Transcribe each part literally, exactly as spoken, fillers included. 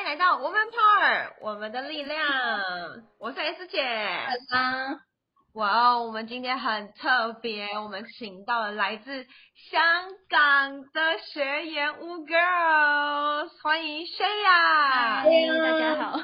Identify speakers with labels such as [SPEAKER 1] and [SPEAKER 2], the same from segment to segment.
[SPEAKER 1] 来到 Woman Power 我们的力量，我是 S 姐。
[SPEAKER 2] 啊，
[SPEAKER 1] 哇哦，我们今天很特别，我们请到了来自香港的学员五 girls， 欢迎 Shaya。
[SPEAKER 3] 嗨，大家好。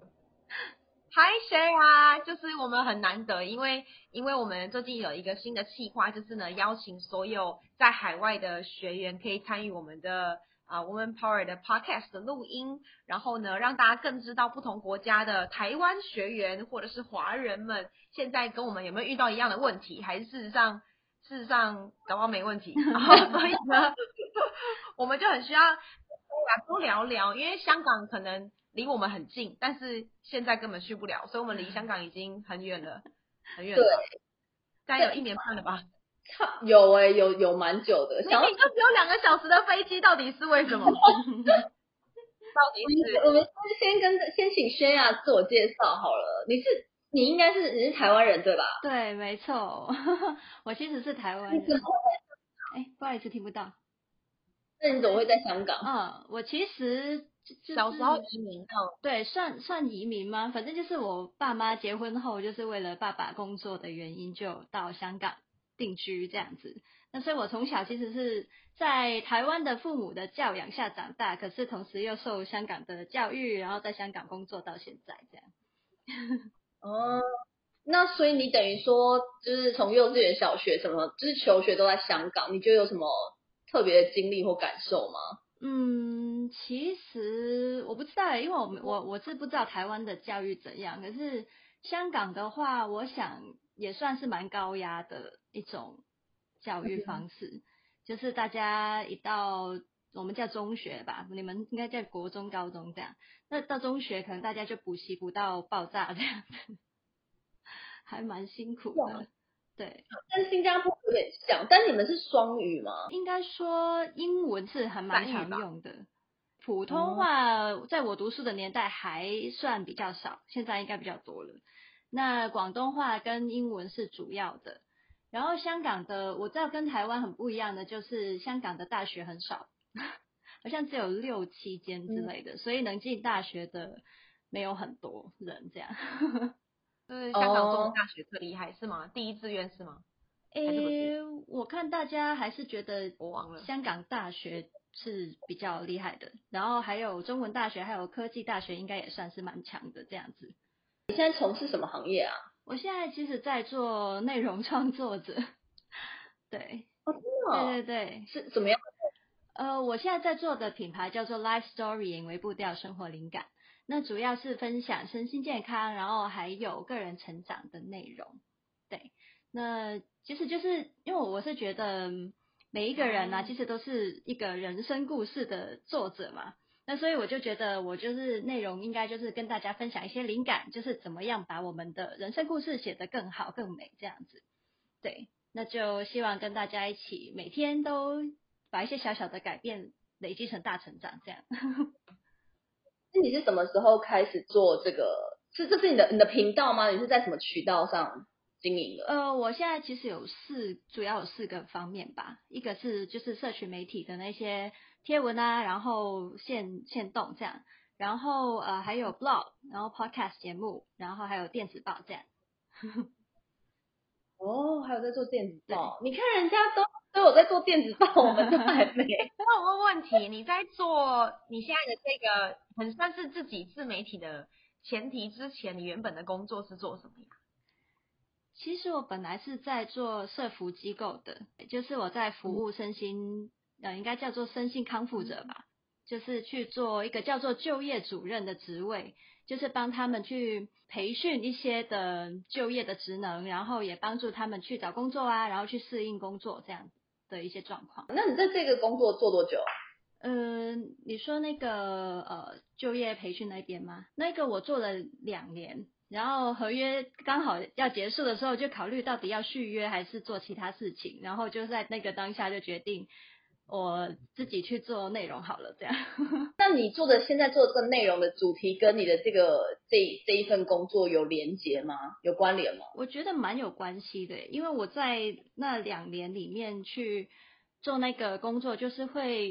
[SPEAKER 1] Hi Shaya， 就是我们很难得，因为因为我们最近有一个新的企划，就是呢邀请所有在海外的学员可以参与我们的啊、呃、Woman Power 的 Podcast 的录音，然后呢让大家更知道不同国家的台湾学员或者是华人们现在跟我们有没有遇到一样的问题，还是事实上事实上搞不好没问题。然后所以呢我们就很需要多聊聊，因为香港可能离我们很近，但是现在根本去不了，所以我们离香港已经很远了，很远了。
[SPEAKER 2] 对，
[SPEAKER 1] 大概有一年半了吧。
[SPEAKER 2] 有哎、欸，有有蛮久的。
[SPEAKER 1] 明明就只有两个小时的飞机，到底是为什么？到底是
[SPEAKER 2] 我们先跟先请轩亚自我介绍好了。你是你应该是你是台湾人对吧？
[SPEAKER 3] 对，没错，我其实是台湾人。哎，不好意思，听不到。
[SPEAKER 2] 那你怎么会在香港？
[SPEAKER 3] 嗯，我其实、就是、
[SPEAKER 1] 小时候移民到，
[SPEAKER 3] 对，算算移民吗？反正就是我爸妈结婚后，就是为了爸爸工作的原因，就到香港定居这样子。那所以我从小其实是在台湾的父母的教养下长大，可是同时又受香港的教育，然后在香港工作到现在这样。
[SPEAKER 2] 哦，那所以你等于说就是从幼稚园、小学什么，就是求学都在香港，你觉得有什么特别的经历或感受吗？
[SPEAKER 3] 嗯，其实我不知道，因为我我我是不知道台湾的教育怎样，可是香港的话，我想也算是蛮高压的一种教育方式，嗯、就是大家一到我们叫中学吧，你们应该叫国中、高中这样，那到中学可能大家就补习不到爆炸这样子，还蛮辛苦的。对，
[SPEAKER 2] 跟新加坡有点像，但你们是双语吗？
[SPEAKER 3] 应该说英文是还蛮常用的，普通话在我读书的年代还算比较少，现在应该比较多了。那广东话跟英文是主要的，然后香港的我知道跟台湾很不一样的就是香港的大学很少，好像只有六七间之类的，嗯、所以能进大学的没有很多人这样。
[SPEAKER 1] 就是香港中文大学特厉害、哦、是吗？第一志愿是吗？
[SPEAKER 3] 诶，我看大家还是觉得
[SPEAKER 1] 我忘了
[SPEAKER 3] 香港大学是比较厉害的，然后还有中文大学还有科技大学应该也算是蛮强的这样子。
[SPEAKER 2] 你现在从事什么行业啊？
[SPEAKER 3] 我现在其实在做内容创作者。对、
[SPEAKER 2] 哦真的哦、
[SPEAKER 3] 对对对，
[SPEAKER 2] 是怎么样？
[SPEAKER 3] 呃，我现在在做的品牌叫做 Life Story 引为步调生活灵感，那主要是分享身心健康，然后还有个人成长的内容。对，那其实就是因为我是觉得每一个人呢、啊，其实都是一个人生故事的作者嘛，那所以我就觉得我就是内容应该就是跟大家分享一些灵感，就是怎么样把我们的人生故事写得更好更美这样子。对，那就希望跟大家一起每天都把一些小小的改变累积成大成长这样。
[SPEAKER 2] 那你是什么时候开始做这个？是这是你的你的频道吗？你是在什么渠道上经营的？
[SPEAKER 3] 呃，我现在其实有四，主要有四个方面吧。一个是就是社群媒体的那些贴文啊，然后限限动这样，然后呃还有 blog， 然后 podcast 节目，然后还有电子报这样。
[SPEAKER 2] 哦，还有在做电子报，你看人家都都有在做电子报，我们都还没。
[SPEAKER 1] 那我问问题，你在做你现在的这个很算是自己自媒体的前提之前，你原本的工作是做什么呀？
[SPEAKER 3] 其实我本来是在做社福机构的，就是我在服务身心，呃，应该叫做身心康复者吧，就是去做一个叫做就业主任的职位，就是帮他们去培训一些的就业的职能，然后也帮助他们去找工作啊，然后去适应工作这样的一些状况。
[SPEAKER 2] 那你在这个工作做多久啊？
[SPEAKER 3] 嗯、呃，你说那个呃就业培训那边吗？那个我做了两年。然后合约刚好要结束的时候，就考虑到底要续约还是做其他事情，然后就在那个当下就决定我自己去做内容好了，这样。
[SPEAKER 2] 那你做的现在做的这个内容的主题跟你的这个这这一份工作有连结吗？有关联吗？
[SPEAKER 3] 我觉得蛮有关系的，因为我在那两年里面去做那个工作，就是会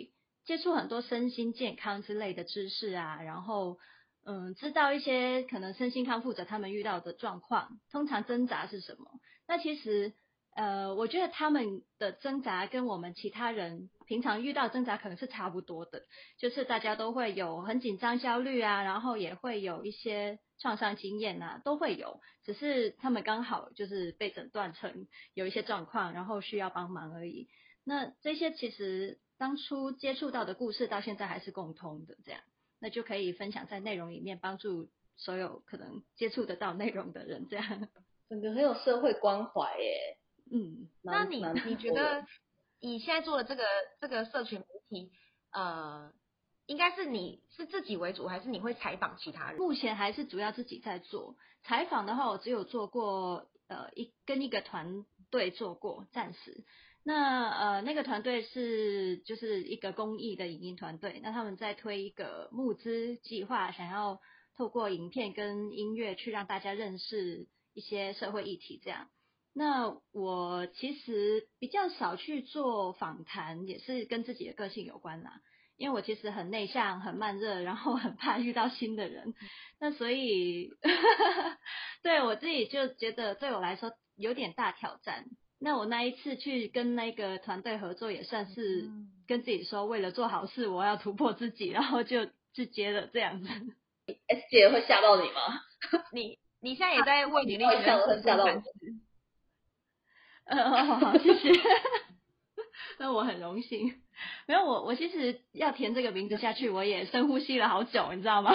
[SPEAKER 3] 接触很多身心健康之类的知识啊，然后嗯，知道一些可能身心康复者他们遇到的状况，通常挣扎是什么。那其实呃，我觉得他们的挣扎跟我们其他人平常遇到挣扎可能是差不多的，就是大家都会有很紧张焦虑啊，然后也会有一些创伤经验啊，都会有，只是他们刚好就是被诊断成有一些状况，然后需要帮忙而已。那这些其实当初接触到的故事到现在还是共通的，这样那就可以分享在内容里面，帮助所有可能接触得到内容的人，这样
[SPEAKER 2] 整个很有社会关怀耶。
[SPEAKER 3] 嗯，
[SPEAKER 1] 那你你觉得你现在做的这个这个社群媒体，呃，应该是你是自己为主，还是你会采访其他人？
[SPEAKER 3] 目前还是主要自己在做采访的话，我只有做过呃一跟一个团队做过，暂时。那呃那个团队是就是一个公益的影音团队，那他们在推一个募资计划，想要透过影片跟音乐去让大家认识一些社会议题这样。那我其实比较少去做访谈，也是跟自己的个性有关啦。因为我其实很内向、很慢热，然后很怕遇到新的人，那所以对我自己就觉得对我来说有点大挑战。那我那一次去跟那个团队合作，也算是跟自己说，为了做好事，我要突破自己，然后就就接了这样子。
[SPEAKER 2] S 姐会吓到你吗？
[SPEAKER 1] 你你现在也在为女力学院
[SPEAKER 2] 会吓到我。
[SPEAKER 3] 呃，好好，谢谢。那我很荣幸。没有我，我其实要填这个名字下去，我也深呼吸了好久，你知道吗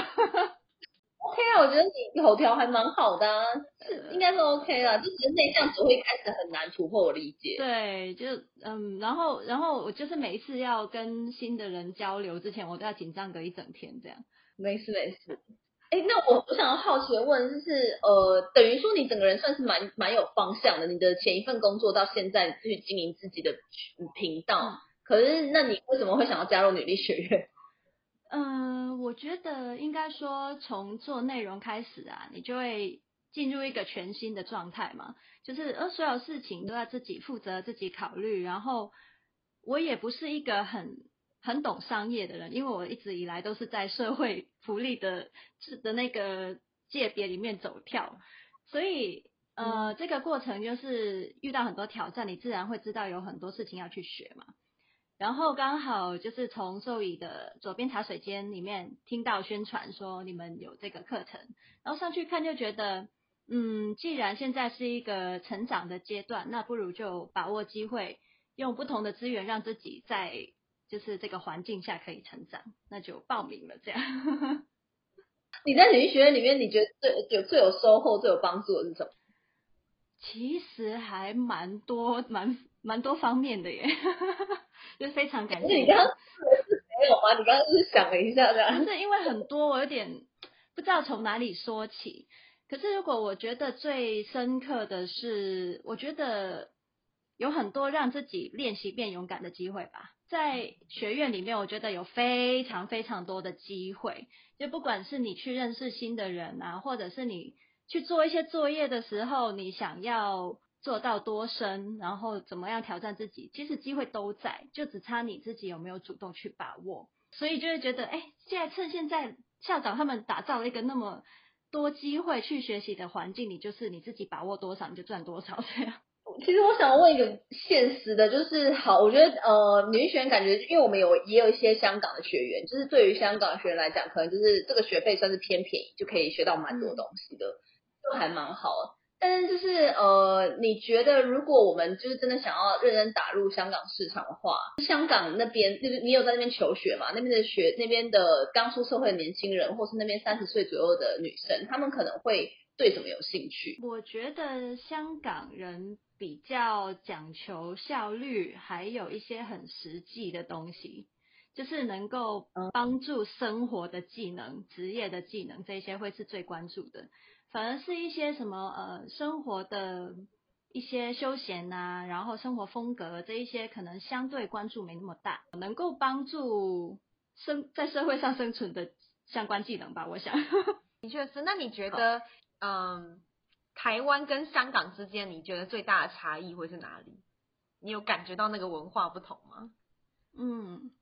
[SPEAKER 2] ？OK 啊，我觉得你口条还蛮好的啊，是应该是 OK 啦。就只是内向只会一开始很难突破，我理解。
[SPEAKER 3] 对，就嗯，然后然后我就是每一次要跟新的人交流之前，我都要紧张个一整天这样。
[SPEAKER 2] 没事没事。哎，那我我想要好奇的问，就是呃，等于说你整个人算是蛮蛮有方向的。你的前一份工作到现在去经营自己的频道，嗯、可是那你为什么会想要加入女力学院？
[SPEAKER 3] 嗯、呃，我觉得应该说从做内容开始啊，你就会进入一个全新的状态嘛，就是呃所有事情都要自己负责、自己考虑。然后我也不是一个很很懂商业的人，因为我一直以来都是在社会福利的的那个界别里面走跳，所以呃、嗯、这个过程就是遇到很多挑战，你自然会知道有很多事情要去学嘛。然后刚好就是从兽医的左边茶水间里面听到宣传说你们有这个课程，然后上去看就觉得，嗯，既然现在是一个成长的阶段，那不如就把握机会，用不同的资源让自己在就是这个环境下可以成长，那就报名了这样。
[SPEAKER 2] 你在女力学院里面，你觉得最有最有收获、最有帮助的是什么？
[SPEAKER 3] 其实还蛮多、蛮蛮多方面的耶。就非常感谢。
[SPEAKER 2] 你刚刚是没有吗？你刚刚是想了一下的。
[SPEAKER 3] 不是因为很多，我有点不知道从哪里说起。可是如果我觉得最深刻的是，我觉得有很多让自己练习变勇敢的机会吧。在学院里面，我觉得有非常非常多的机会，就不管是你去认识新的人啊，或者是你去做一些作业的时候，你想要做到多深，然后怎么样挑战自己，其实机会都在，就只差你自己有没有主动去把握。所以就会觉得，哎，现在趁现在校长他们打造了一个那么多机会去学习的环境，你就是你自己把握多少你就赚多少这样。
[SPEAKER 2] 其实我想问一个现实的，就是好，我觉得呃，女力学院感觉，因为我们有也有一些香港的学员，就是对于香港学员来讲，可能就是这个学费算是偏便宜，就可以学到蛮多东西的，就还蛮好的。但是就是呃，你觉得如果我们就是真的想要认真打入香港市场的话，香港那边就是你有在那边求学嘛？那边的学那边的刚出社会的年轻人，或是那边三十岁左右的女生，他们可能会对什么有兴趣？
[SPEAKER 3] 我觉得香港人比较讲求效率，还有一些很实际的东西，就是能够帮助生活的技能、职业的技能，这些会是最关注的。反而是一些什么呃生活的一些休闲啊，然后生活风格这一些可能相对关注没那么大，能够帮助生在社会上生存的相关技能吧，我想。
[SPEAKER 1] 的确是。那你觉得嗯，台湾跟香港之间你觉得最大的差异会是哪里？你有感觉到那个文化不同吗？
[SPEAKER 3] 嗯，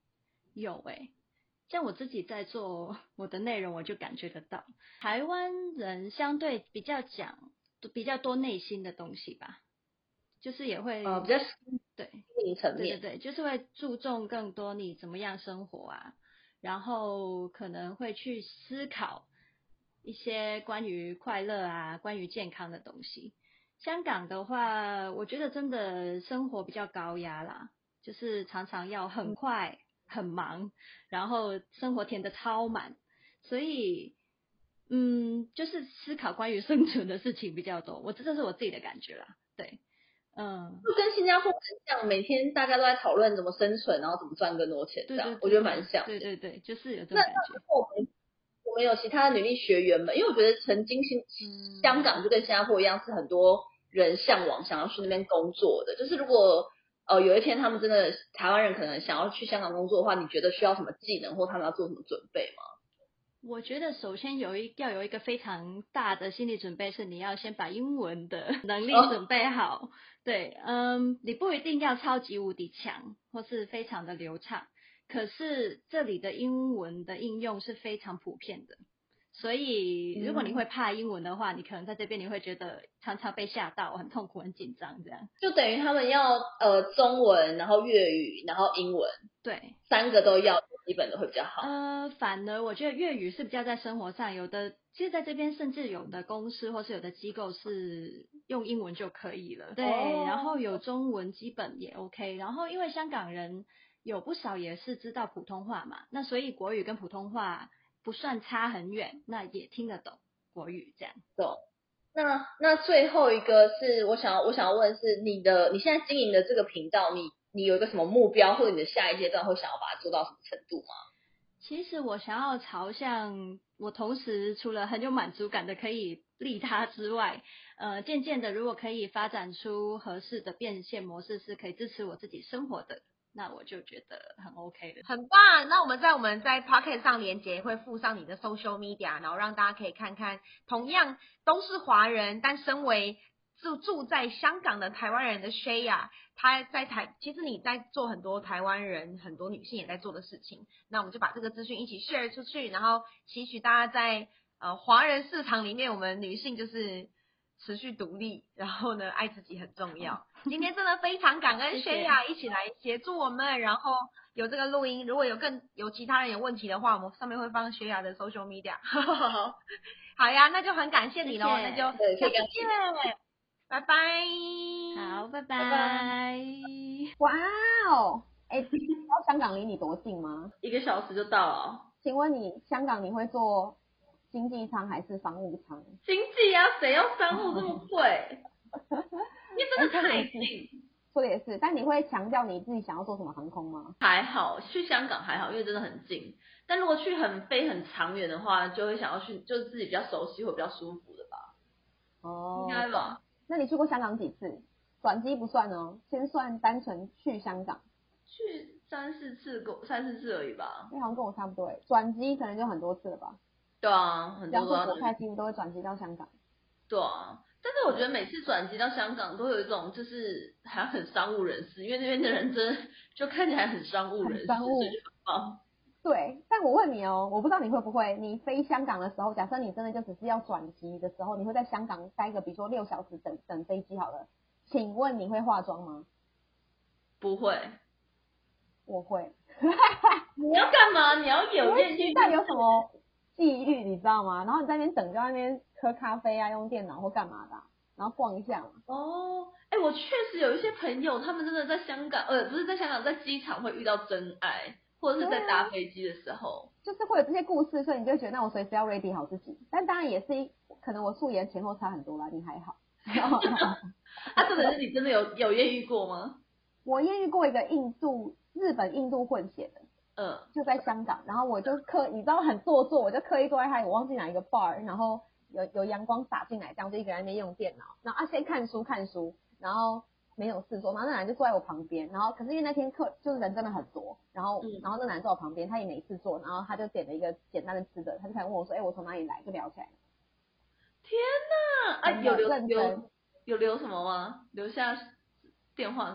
[SPEAKER 3] 有诶、欸，像我自己在做我的内容，我就感觉得到，台湾人相对比较讲比较多内心的东西吧，就是也会
[SPEAKER 2] 呃比较
[SPEAKER 3] 对
[SPEAKER 2] 心灵层面，
[SPEAKER 3] 对对对，就是会注重更多你怎么样生活啊，然后可能会去思考一些关于快乐啊、关于健康的东西。香港的话，我觉得真的生活比较高压啦，就是常常要很快、很忙，然后生活填得超满，所以嗯，就是思考关于生存的事情比较多。我这是我自己的感觉啦，对，嗯，
[SPEAKER 2] 就跟新加坡很像，每天大家都在讨论怎么生存，然后怎么赚更多钱，这
[SPEAKER 3] 对对
[SPEAKER 2] 样我觉得
[SPEAKER 3] 对对
[SPEAKER 2] 蛮像的。
[SPEAKER 3] 对对对，就是有这
[SPEAKER 2] 那
[SPEAKER 3] 种感觉。
[SPEAKER 2] 那我们我们有其他的女力学员们，因为我觉得曾经新
[SPEAKER 1] 嗯，
[SPEAKER 2] 香港就跟新加坡一样，是很多人向往想要去那边工作的。就是如果呃有一天他们真的台湾人可能想要去香港工作的话，你觉得需要什么技能或他们要做什么准备吗？
[SPEAKER 3] 我觉得首先有一要有一个非常大的心理准备，是你要先把英文的能力准备好。Oh. 对，嗯，你不一定要超级无敌强，或是非常的流畅，可是这里的英文的应用是非常普遍的。所以如果你会怕英文的话，你可能在这边你会觉得常常被吓到，很痛苦、很紧张这样。
[SPEAKER 2] 就等于他们要呃中文，然后粤语，然后英文，
[SPEAKER 3] 对，
[SPEAKER 2] 三个都要，基本的会比较好。
[SPEAKER 3] 呃，反而我觉得粤语是比较在生活上，有的其实在这边甚至有的公司或是有的机构是用英文就可以了。对，
[SPEAKER 2] 哦、
[SPEAKER 3] 然后有中文基本也 OK， 然后因为香港人有不少也是知道普通话嘛，那所以国语跟普通话不算差很远，那也听得懂国语这样。
[SPEAKER 2] 懂。那那最后一个是我想要我想要问是你的你现在经营的这个频道，你你有一个什么目标，或者你的下一阶段会想要把它做到什么程度吗？
[SPEAKER 3] 其实我想要朝向我同时除了很有满足感的可以利他之外，呃，渐渐的如果可以发展出合适的变现模式，是可以支持我自己生活的，那我就觉得很 OK 的。
[SPEAKER 1] 很棒。那我们在我们在 Pocket 上连结会附上你的 social media， 然后让大家可以看看，同样都是华人，但身为住住在香港的台湾人的 Shaya， 他在台，其实你在做很多台湾人很多女性也在做的事情，那我们就把这个资讯一起 share 出去，然后期许大家在呃华人市场里面，我们女性就是持续独立，然后呢爱自己很重要。今天真的非常感恩
[SPEAKER 3] 谢谢
[SPEAKER 1] Shaya 一起来协助我们，然后有这个录音，如果有更有其他人有问题的话，我们上面会放Shaya的 social media 好呀，那就很感谢你咯，
[SPEAKER 3] 谢谢
[SPEAKER 1] 那就
[SPEAKER 2] 对，可
[SPEAKER 1] 下次
[SPEAKER 2] 以跟
[SPEAKER 1] 见，拜拜。
[SPEAKER 3] 好，拜
[SPEAKER 2] 拜拜。
[SPEAKER 3] 拜。
[SPEAKER 4] 哇哦，哎，你知道香港离你多近吗？
[SPEAKER 2] 一个小时就到了。
[SPEAKER 4] 请问你香港你会坐经济舱还是商务舱？
[SPEAKER 2] 经济啊，谁要商务这么贵？因为真的太近。
[SPEAKER 4] 说的也是，但你会强调你自己想要做什么航空吗？
[SPEAKER 2] 还好，去香港还好，因为真的很近。但如果去很飞很长远的话，就会想要去，就是自己比较熟悉或比较舒服的吧。
[SPEAKER 4] 哦，
[SPEAKER 2] 应该吧。
[SPEAKER 4] 那你去过香港几次？转机不算哦，先算单纯去香港。
[SPEAKER 2] 去三四次，够三四次而已吧。
[SPEAKER 4] 你好像跟我差不多诶，转机可能就很多次了吧？
[SPEAKER 2] 对啊，很多都要
[SPEAKER 4] 像是国泰几乎都会转机到香港。
[SPEAKER 2] 对啊，但是我觉得每次转机到香港都有一种就是还很商务人士，因为那边的人真的就看起来很商务人士，
[SPEAKER 4] 商务
[SPEAKER 2] 所以就很棒。
[SPEAKER 4] 对，但我问你哦，我不知道你会不会，你飞香港的时候，假设你真的就只是要转机的时候，你会在香港待个比如说六小时等等飞机好了，请问你会化妆吗？
[SPEAKER 2] 不会。
[SPEAKER 4] 我会。
[SPEAKER 2] 你要干嘛？你要有艳遇？
[SPEAKER 4] 但有什么际遇你知道吗？然后你在那边等，就在那边喝咖啡啊，用电脑或干嘛的、啊，然后逛一下嘛。
[SPEAKER 2] 哦，哎、欸，我确实有一些朋友，他们真的在香港，呃，不是在香港，在机场会遇到真爱，或者是在搭飞机的时候，
[SPEAKER 4] 就是会有这些故事，所以你就会觉得，那我随时要 ready 好自己。但当然也是一，可能我素颜前后差很多啦，你还好。
[SPEAKER 2] 啊，真的是你真的有有艳遇过吗？
[SPEAKER 4] 我艳遇过一个印度、日本、印度混血的。
[SPEAKER 2] 嗯，
[SPEAKER 4] 就在香港，然后我就刻，你知道很做作，我就刻意坐在他，我忘记哪一个 bar， 然后有有阳光洒进来，这样就一个人在那边用电脑，然后啊先看书看书，然后没有事做，然后那男人就坐在我旁边，然后可是因为那天课就是人真的很多，然后、嗯、然后那男人坐我旁边，他也没事做，然后他就点了一个简单的吃的，他就开始问我说，哎、欸，我从哪里来，就聊起来了。
[SPEAKER 2] 天哪，啊有留有有留什么吗？留下电话什么？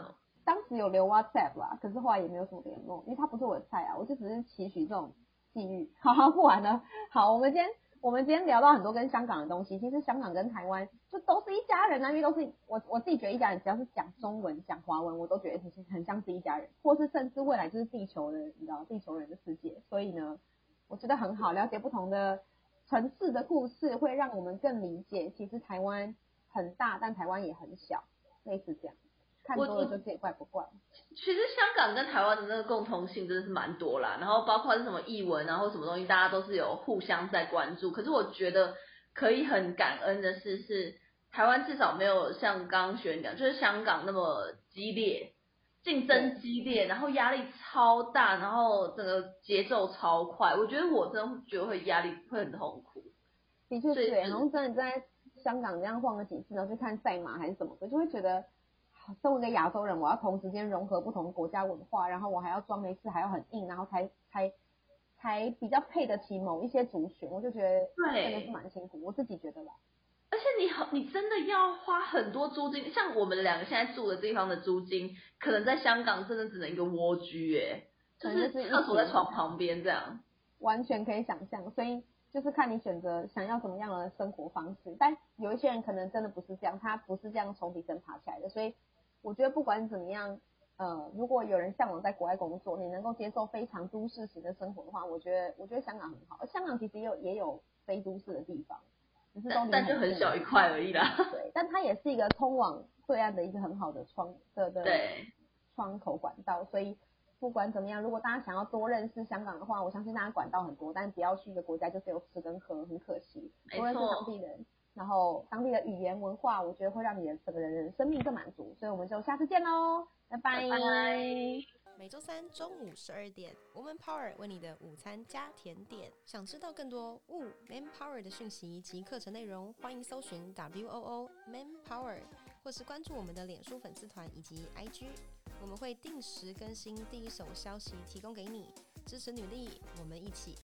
[SPEAKER 4] 当时有留 WhatsApp 啦，可是后来也没有什么联络，因为他不是我的菜啊，我就只是期许这种际遇。好，好，不玩了。好，我们今天我们今天聊到很多跟香港的东西，其实香港跟台湾就都是一家人啊，因为都是我我自己觉得一家人，只要是讲中文、讲华文，我都觉得很很像是一家人，或是甚至未来就是地球的，你知道，地球人的世界。所以呢，我觉得很好，了解不同的城市的故事，会让我们更理解，其实台湾很大，但台湾也很小，类似这样。看多了就自己怪不怪。
[SPEAKER 2] 其实香港跟台湾的那个共同性真的是蛮多啦，然后包括是什么译文啊或什么东西，大家都是有互相在关注。可是我觉得可以很感恩的是，是台湾至少没有像刚刚学你讲，就是香港那么激烈，竞争激烈，然后压力超大，然后整个节奏超快。我觉得我真的觉得会压力会很痛苦。
[SPEAKER 4] 的确是，然后真的在香港这样晃了几次，然后去看赛马还是什么的，就会觉得。身为一个亚洲人，我要同时间融合不同国家文化，然后我还要装没事，还要很硬，然后才才才比较配得起某一些族群，我就觉得真的是蛮辛苦，我自己觉得啦。
[SPEAKER 2] 而且你好，你真的要花很多租金，像我们两个现在住的地方的租金，可能在香港真的只能一个蜗居，哎，就是厕所在床旁边这样，
[SPEAKER 4] 完全可以想象。所以就是看你选择想要怎么样的生活方式，但有一些人可能真的不是这样，他不是这样从底层爬起来的，所以。我觉得不管怎么样，呃，如果有人向往在国外工作，你能够接受非常都市型的生活的话，我觉得我觉得香港很好。而香港其实也有也有非都市的地方，只是都离
[SPEAKER 2] 但就很小一块而已啦。
[SPEAKER 4] 对，但它也是一个通往对岸的一个很好的窗的的窗口管道。所以不管怎么样，如果大家想要多认识香港的话，我相信大家管道很多，但不要去一个国家就只有吃跟喝，很可惜。
[SPEAKER 2] 没错。
[SPEAKER 4] 不认识当地人。然后当地的语言文化，我觉得会让你的整个人生命更满足，所以我们就下次见喽，拜拜。
[SPEAKER 2] 拜拜。
[SPEAKER 5] 每周三中午十二点 ，Woman Power 为你的午餐加甜点。想知道更多 W O Man Power 的讯息及课程内容，欢迎搜寻 W O O Man Power， 或是关注我们的脸书粉丝团以及 I G， 我们会定时更新第一手消息提供给你，支持女力，我们一起